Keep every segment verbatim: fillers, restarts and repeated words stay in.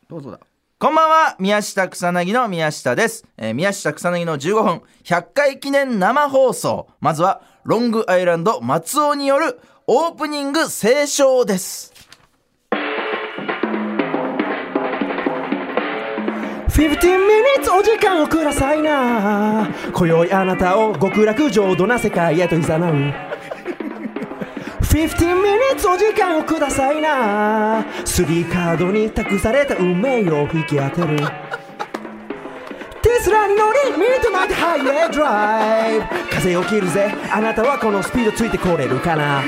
どうぞだ。 こんばんは、宮下草薙の宮下です、えー、宮下草薙のじゅうごふんひゃっかい記念生放送。まずはロングアイランド松尾によるオープニング斉唱です。 じゅうご minutes お時間をくださいな。今宵あなたを極楽浄土な世界へと誘うじゅうご minutes お時間をくださいな。スリーカードに託された運命を引き当てるテスラに乗りミッドナイトハイウェイドライブ。風を切るぜ、あなたはこのスピードついてこれるかな。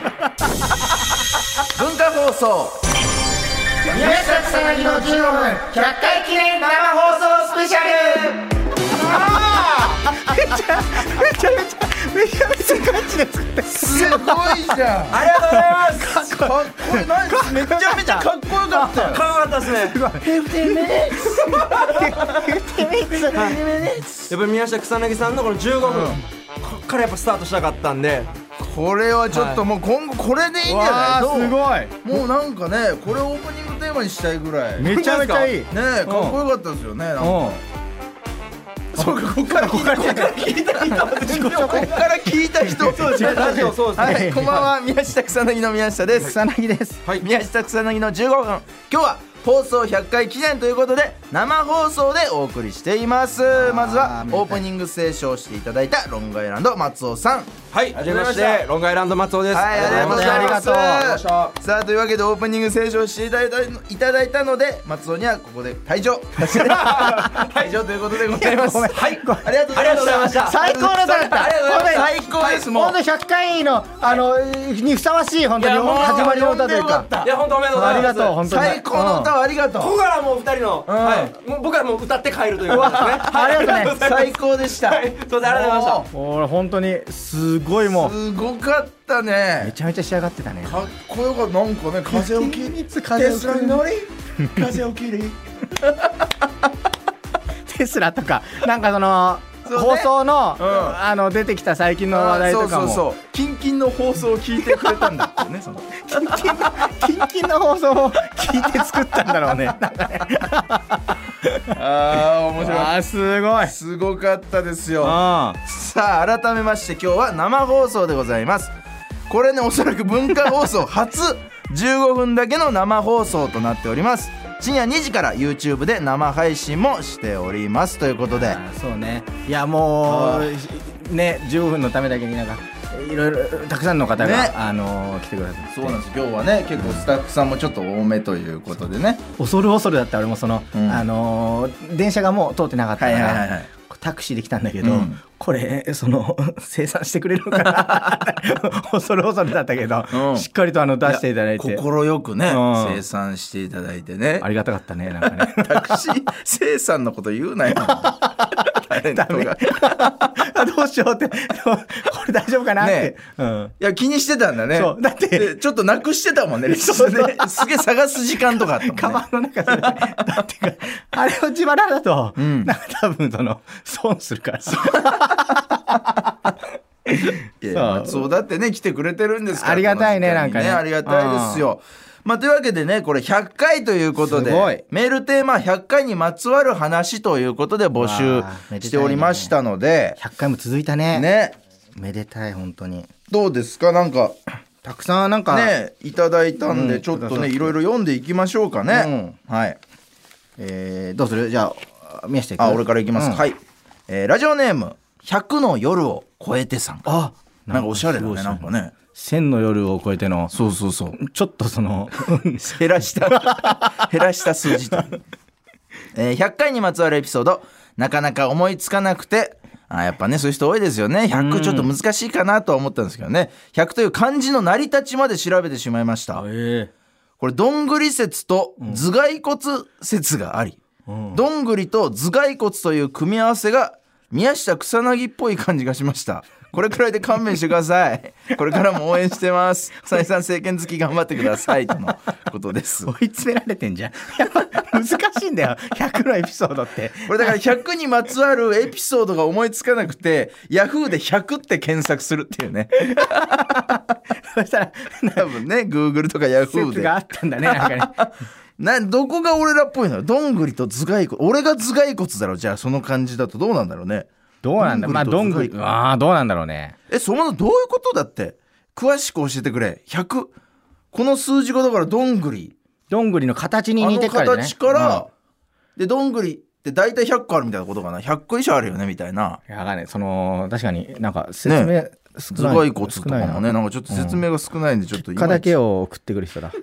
文化放送宮下草薙のじゅうごふんひゃっかい記念生放送スペシャル。 めちゃめちゃめちゃめちゃめちゃガチで作ってすごいじゃん。 ありがとうございます。 かっこいい。何めちゃめちゃかっこよかったよ。 かっこよかったですね。すごい。じゅうご minutes やっぱり宮下草薙さんのこのじゅうごふん、うん、こっからやっぱスタートしたかったんで、 これはちょっともう今後これでいいんじゃない？ すごい。 もうなんかね、これオープニングテーマにしたいぐらいめちゃめちゃいいね。かっこよかったですよね。なんかそうか、こっから聞いたこっから聞いた人こっから聞いた人そうですね。 はい、こんばんは、宮下草薙の宮下です。 草薙です。 はい、宮下草薙のじゅうごふん、今日は放送ひゃっかい記念ということで生放送でお送りしています。まずはオープニング斉唱していただいたロングアイランド松尾さん。 はい、はじめまして、ロングアイランド松尾です。 はい、ありがとうございます。 ありがとう。 さあ、というわけでオープニング斉唱していただいた、いただいたので、松尾にはここで退場退場ということでございます。はい、ありがとうございました。 最高の歌だった。 最高です。もう本当ひゃっかいのあのにふさわしい本当に始まりの歌というか、 いや本当おめでとうございます。 ありがとう。本当に最高の歌をありがとう。 ここからもうふたりの、はい、もう僕らもう歌って帰るということですね。 ありがとうね。 最高でした。 はい、そうです。ありがとうございました。 俺本当にすごい、もうすごかったね。 めちゃめちゃ仕上がってたね。 かっこよかった。なんかね、風を切り風を切り乗り風を切りテスラとかなんかそのそうね、 放送の、 うん、 あの出てきた最近の話題とかも、 そうそうそう、キンキンの放送を聞いてくれたんだってね。そのキンキンのキンキンの放送を聞いて作ったんだろうね。なんかねあー、面白い。 あー、すごい、 すごかったですよ。 あさあ、改めまして今日は生放送でございます。これね、おそらく文化放送初じゅうごふんだけの生放送となっております。深夜にじから YouTube で生配信もしておりますということで、 そうね。いやもうね、じゅうごふんのためだけになんかいろいろたくさんの方が、ね、あのー、来てくださって。 そうなんです。今日はね、結構スタッフさんもちょっと多めということでね、 恐る恐るだった。俺もその、うん、あのー、電車がもう通ってなかったから、はいはいはいはい、タクシーで来たんだけど、うん、これその生産してくれるのかな恐る恐るだったけど、うん、しっかりとあの出していただいて、 心よくね、うん、生産していただいてね、 ありがたかったね。なんかねタクシー生産のこと言うなよタレントがどうしようってこれ大丈夫かなって、ね、うん、 いや気にしてたんだね。 そうだってちょっとなくしてたもんね。そうね、すげえ探す時間とかあったもんね。 カバンの中で、ね、だってかあれを自腹だと、うん、なんか多分その損するからいや、松尾だってね来てくれてるんですから、 ありがたいね。なんかね、 ありがたいですよ。まあ、というわけでね、これひゃっかいということで、メールテーマひゃっかいにまつわる話ということで募集しておりましたので、 ひゃっかいも続いたね。 ね、 めでたい。本当にどうですか。なんかたくさんなんかねいただいたんで、うん、ちょっとねいろいろ読んでいきましょうかね、うん、はい、 えー、どうする。じゃあ宮下いく。 あ、俺からいきます、うん、はい、えー、ラジオネームひゃくの夜を超えてさん。 あ、 なんかおしゃれだね。なんかね、 千の夜を超えての、 そうそうそう、 ちょっとその減らした減らした数字と、えー、ひゃっかいにまつわるエピソードなかなか思いつかなくて、あ、やっぱねそういう人多いですよね。ひゃくちょっと難しいかなとは思ったんですけどね、ひゃくという漢字の成り立ちまで調べてしまいました。 えー、 これどんぐり説と頭蓋骨説があり、うん、どんぐりと頭蓋骨という組み合わせが宮下草薙っぽい感じがしました。これくらいで勘弁してください。これからも応援してます。草薙さん政権好き頑張ってくださいとのことです。 追い詰められてんじゃん。やっぱ難しいんだよひゃくのエピソードって。 これだからひゃくにまつわるエピソードが思いつかなくてヤフーでひゃくって検索するっていうねそしたら多分ね Google とかヤフーで説があったんだね。なんかねなどこが俺らっぽいのよ。どんぐりと頭蓋骨。俺が頭蓋骨だろ。じゃあその感じだとどうなんだろうね。 どうなんだまあどんぐりああどうなんだろうね。 えそのどういうことだって詳しく教えてくれ。ひゃくこの数字がだからどんぐりどんぐりの形に似てるからね。 あの形から、うん、でどんぐりって大体ひゃっこあるみたいなことかな。ひゃっこ以上あるよねみたいな。 いやわかんないその確かになんか説明、ね頭蓋骨とかもねなんかちょっと説明が少ないんでちょっと結果だけを送ってくる人だ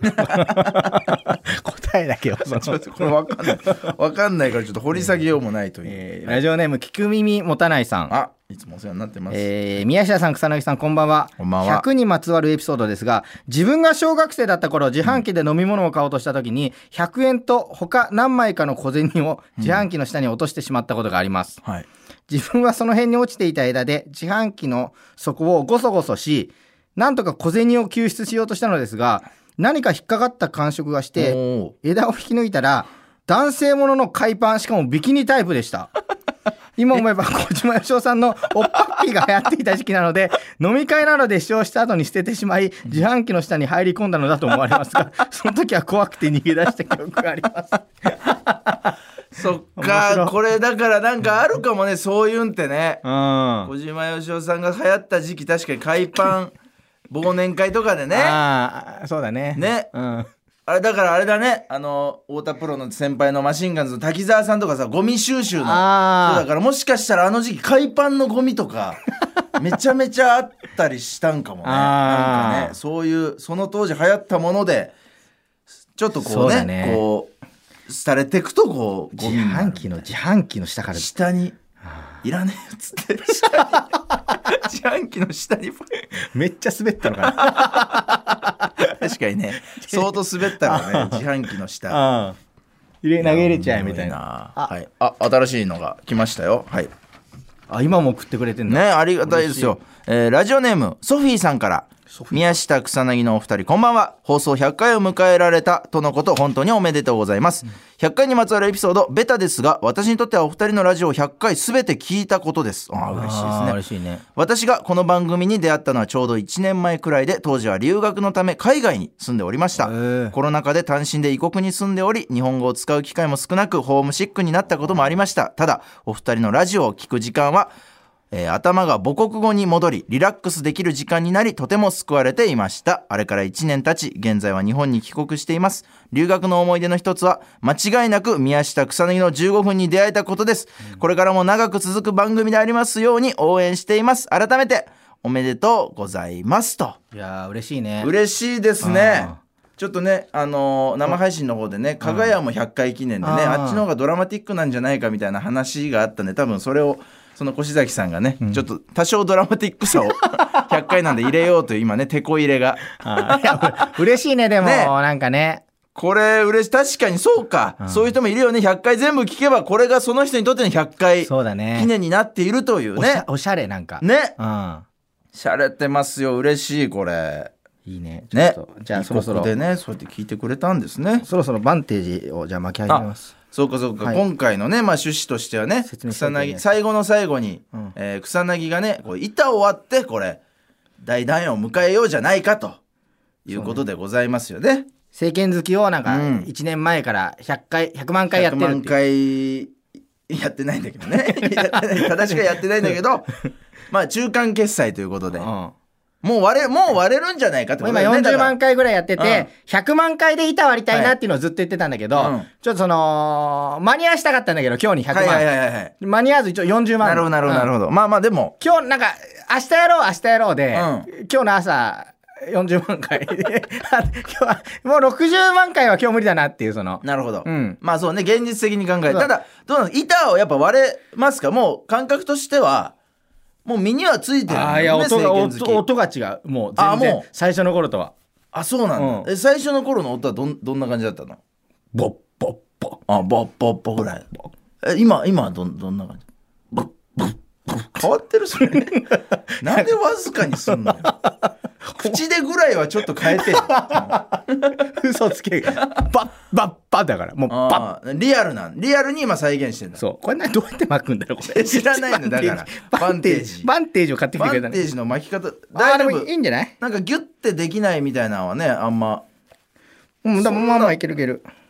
答えだけをそのちょっとこれ分かんない分かんないからちょっと掘り下げようもないという、 えー、ラジオネーム聞く耳持たないさん。 あいつもお世話になってます、 えー、宮下さん草薙さんこんばんは。 こんばんは。 ひゃくにまつわるエピソードですが自分が小学生だった頃自販機で飲み物を買おうとした時にひゃくえんと他何枚かの小銭を自販機の下に落としてしまったことがあります、 うんはい、 自分はその辺に落ちていた枝で自販機の底をゴソゴソしなんとか小銭を救出しようとしたのですが何か引っかかった感触がして枝を引き抜いたら男性ものの海パンしかもビキニタイプでした今思えば小島よしおさんのおっぱっぴーが流行っていた時期なので飲み会などで使用した後に捨ててしまい自販機の下に入り込んだのだと思われますがその時は怖くて逃げ出した記憶がありますそっかこれだからなんかあるかもねそういうんってね、 うん、 小島よしおさんが流行った時期確かに海パン忘年会とかでねああそうだねね、 うん、 あれだからあれだねあの太田プロの先輩のマシンガンズの滝沢さんとかさゴミ収集のそうだからもしかしたらあの時期海パンのゴミとかめちゃめちゃあったりしたんかもねなんかねそういうその当時流行ったものでちょっとこう ね, ねこう廃れてくとこうゴミ自販機の自販機の下から下にいらねえっつって下に自販機の下にめっちゃ滑ったのかな確かにね相当滑ったのね自販機の下入れ投げ入れちゃえみたいななあ、はい、あ新しいのが来ましたよ。はいあ今も送ってくれてんだねありがたいですよ、えー、ラジオネームソフィーさんから宮下草薙のお二人こんばんは。放送ひゃっかいを迎えられたとのこと本当におめでとうございます、うん、ひゃっかいにまつわるエピソードベタですが私にとってはお二人のラジオをひゃっかいすべて聞いたことです。あ嬉しいですね。 嬉しいね。 私がこの番組に出会ったのはちょうどいちねんまえくらいで当時は留学のため海外に住んでおりました。コロナ禍で単身で異国に住んでおり日本語を使う機会も少なくホームシックになったこともありました。ただお二人のラジオを聞く時間はえー、頭が母国語に戻りリラックスできる時間になりとても救われていました。あれからいちねん経ち現在は日本に帰国しています。留学の思い出の一つは間違いなく宮下草薙のじゅうごふんに出会えたことです、うん、これからも長く続く番組でありますように応援しています。改めておめでとうございますと。 いや嬉しいね。 嬉しいですね。ちょっとね、あのー、生配信の方でね加賀屋もひゃっかい記念でね、うん、あっちの方がドラマティックなんじゃないかみたいな話があったんで多分それをその越崎さんがね、うん、ちょっと多少ドラマティックさをひゃっかいなんで入れようという今ねテコ入れがあ嬉しいねでもねなんかねこれ嬉しい。確かにそうか、うん、そういう人もいるよね。ひゃっかい全部聞けばこれがその人にとってのひゃっかい記念になっているというね。 おしゃ、おしゃれなんかね、うん、しゃれてますよ。嬉しいこれいいね。 ねじゃあそろそろでねそうやって聞いてくれたんですね。 そろそろバンテージをじゃあ巻き始めます。 そうかそうか、はい、今回のね、まあ、趣旨としてはね草薙最後の最後に、うんえー、草薙がねこう板を割ってこれ大団円を迎えようじゃないかということでございますよね。 政権好きをなんかいちねんまえからひゃっかいひゃくまんかいやってるっていう。ひゃくまんかいやってないんだけどね正しくはやってないんだけどまあ中間決済ということで、うんもう割れ、もう割れるんじゃないかってことだよね。 今よんじゅうまんかいぐらいやってて、うん、ひゃくまんかいで板割りたいなっていうのをずっと言ってたんだけど、はいうん、ちょっとその、間に合わしたかったんだけど、今日にひゃくまん。はいはいはいはい、間に合わず一応よんじゅうまん。 なるほどなるほどなるほど。うん、まあまあでも。 今日なんか、明日やろう明日やろうで、うん、今日の朝、よんじゅうまんかいで今日はもうろくじゅうまんかいは今日無理だなっていうその。 なるほど。うん、まあそうね、現実的に考えて。ただ、どうなの板をやっぱ割れますか？もう感覚としては、もう身にはついてるんだよね。 あいや音が 音, 音が違うもう全然最初の頃とは。 あそうなんだ、うん、え最初の頃の音は ど, どんな感じだったの？ ボッボッボあボッボッボぐらい。え今今は ど, どんな感じ？ボッボッボ変わってるそれなんでわずかにすんのよ口でぐらいはちょっと変えて嘘つけバッバッバッだからもうバッリアルなんリアルに今再現してんだ。 そうこれどうやって巻くんだろうこれ知らないのだからバンテージバンテージを買ってきてくれたバンテージの巻き方あでもいいんじゃない？ なんかギュッてできないみたいなのはねあんまうんだまあまあいけるいける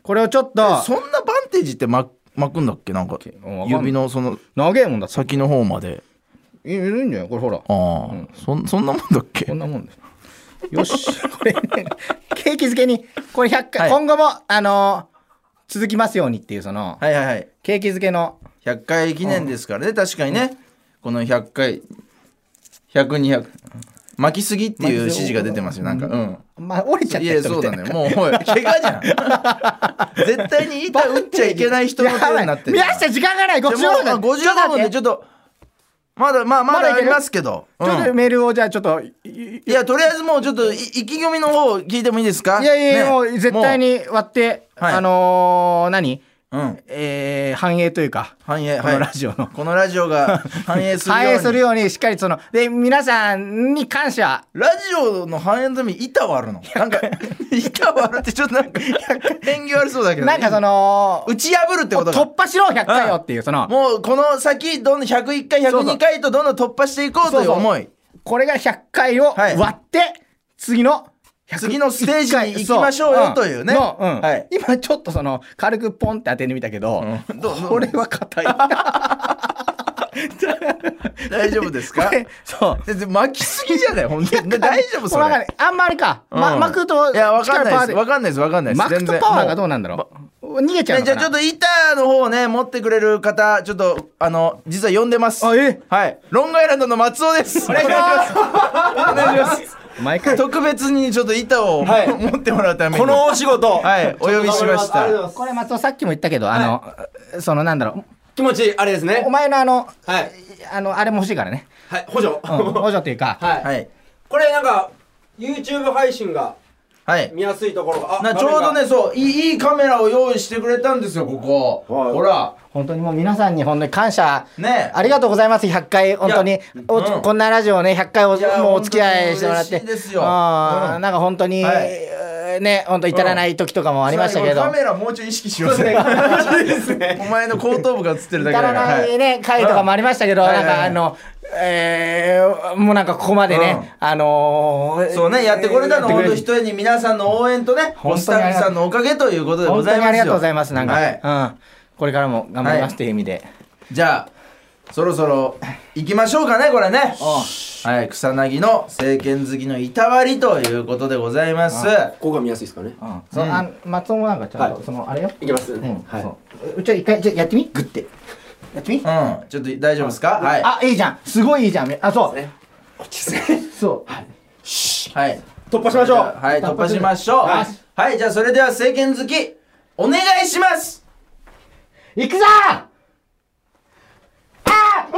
これをちょっとそんなバンテージって巻巻くんだっけなんか指のその長えもんだって先の方までいいんじゃないこれほらああ、うん、そ, そんなもんだっけこんなもんですよしこれ、ね、ケーキ漬けにこれひゃっかい、はい、今後もあのー、続きますようにっていうその、 はいはいはい、 ケーキ漬けのひゃっかい記念ですからね、うん、確かにね、うん、このひゃっかいひゃく、にひゃく巻きすぎっていう指示が出てますよなんかうんまあ折れちゃった人みたいな。いやそうだねもうおい怪我じゃん絶対に板打っちゃいけない人の手になってる宮下時間がないごじゅうごふんごじゅうごふんでちょっとまだまあまだありますけど、 ちょっとメールをじゃあちょっといやとりあえずもうちょっと意気込みの方聞いてもいいですか。 いやいや、ね、もう絶対に割って、はい、あのー、何うんえー、反映というか反映このラジオの、 はい、このラジオが反映するように反映するようにしっかりそので皆さんに感謝。 ラジオの反映のために板割るのなんか板割るってちょっとなんか縁起悪そうだけどなんかその打ち破るってことが突破しろひゃっかいよっていうそのもうこの先どんどんひゃくいっかいひゃくにかいとどんどん突破していこうという思い。 そうそうこれがひゃっかいを割って、はい、次の次のステージに行きましょうよというね、 うんうんはい、今ちょっとその軽くポンって当ててみたけど、うん、どこれは硬い大丈夫ですか。 そう巻きすぎじゃない本当に大丈夫それ。 あんまりか、うんま、巻くといや分かんないです分かんないです分かんないです。 巻くとパワーがどうなんだろう逃げちゃうのかな。 じゃあちょっと板の方をね持ってくれる方ちょっとあの実は呼んでます。 あえはいロングアイランドの松尾です。 お願いしますお願いします毎回特別にちょっと板を、はい、持ってもらうためにこのお仕事はいお呼びしました。 これ松尾さっきも言ったけどあの、はい、そのなんだろう気持ちあれですねお前のあの、 はい、 あのあれも欲しいからねはい補助、 うん、補助っていうかはい、はい、これなんか YouTube 配信がはい見やすいところが、 あなちょうどねそういい、いいカメラを用意してくれたんですよここ、はい、ほら本当にもう皆さんに本当に感謝、 ね、 ありがとうございますひゃっかい本当に、うん、こんなラジオねひゃっかいおもうお付き合いしてもらってですよ、 うん、なんか本当に、はい、ね本当至らない時とかもありましたけど、 うん、カメラもうちょい意識しようぜお前の後頭部が映ってるだけだから至らないね、はい、回とかもありましたけど、うん、なんかあのえー、もうなんかここまでね、うん、あのー、 そうねやってこれたの本当一人に皆さんの応援とねスタッフさんのおかげということでございますよ。 本当にありがとうございますなんか、 はい、 うんこれからも頑張りますという意味で、はい、 じゃあそろそろ行きましょうかねこれね。はい草薙の政権好きの板割りということでございます。 ここが見やすいですかね。 うんそのあ松尾もなんかちょっと、はい、そのあれよいきますね、 うんはい、そうちょ一回じゃやってみグッてやってみうんちょっと大丈夫ですか。はいあいいじゃんすごいいいじゃんあそうねこっちですねそうはいはい突破しましょうはい突破しましょうはい、はい、じゃあそれでは政権好きお願いします。 行くぞーあーわ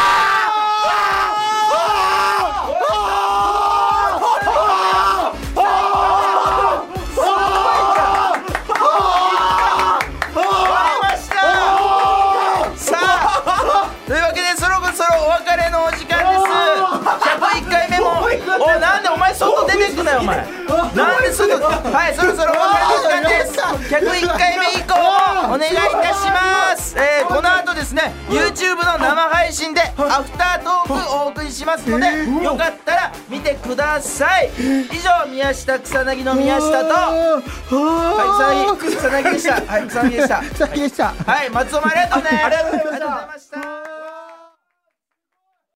おいなんでお前外出てくなよお前なんで外はいそろそろお別れの時間です。ひゃくいっかいめ以降もお願いいたします、えー、この後ですね YouTube の生配信でアフタートークをお送りしますのでよかったら見てください。以上宮下草薙の宮下とはい草薙草薙でしたはい草薙でした草薙でしたはい松尾もありがとうねありがとうございました。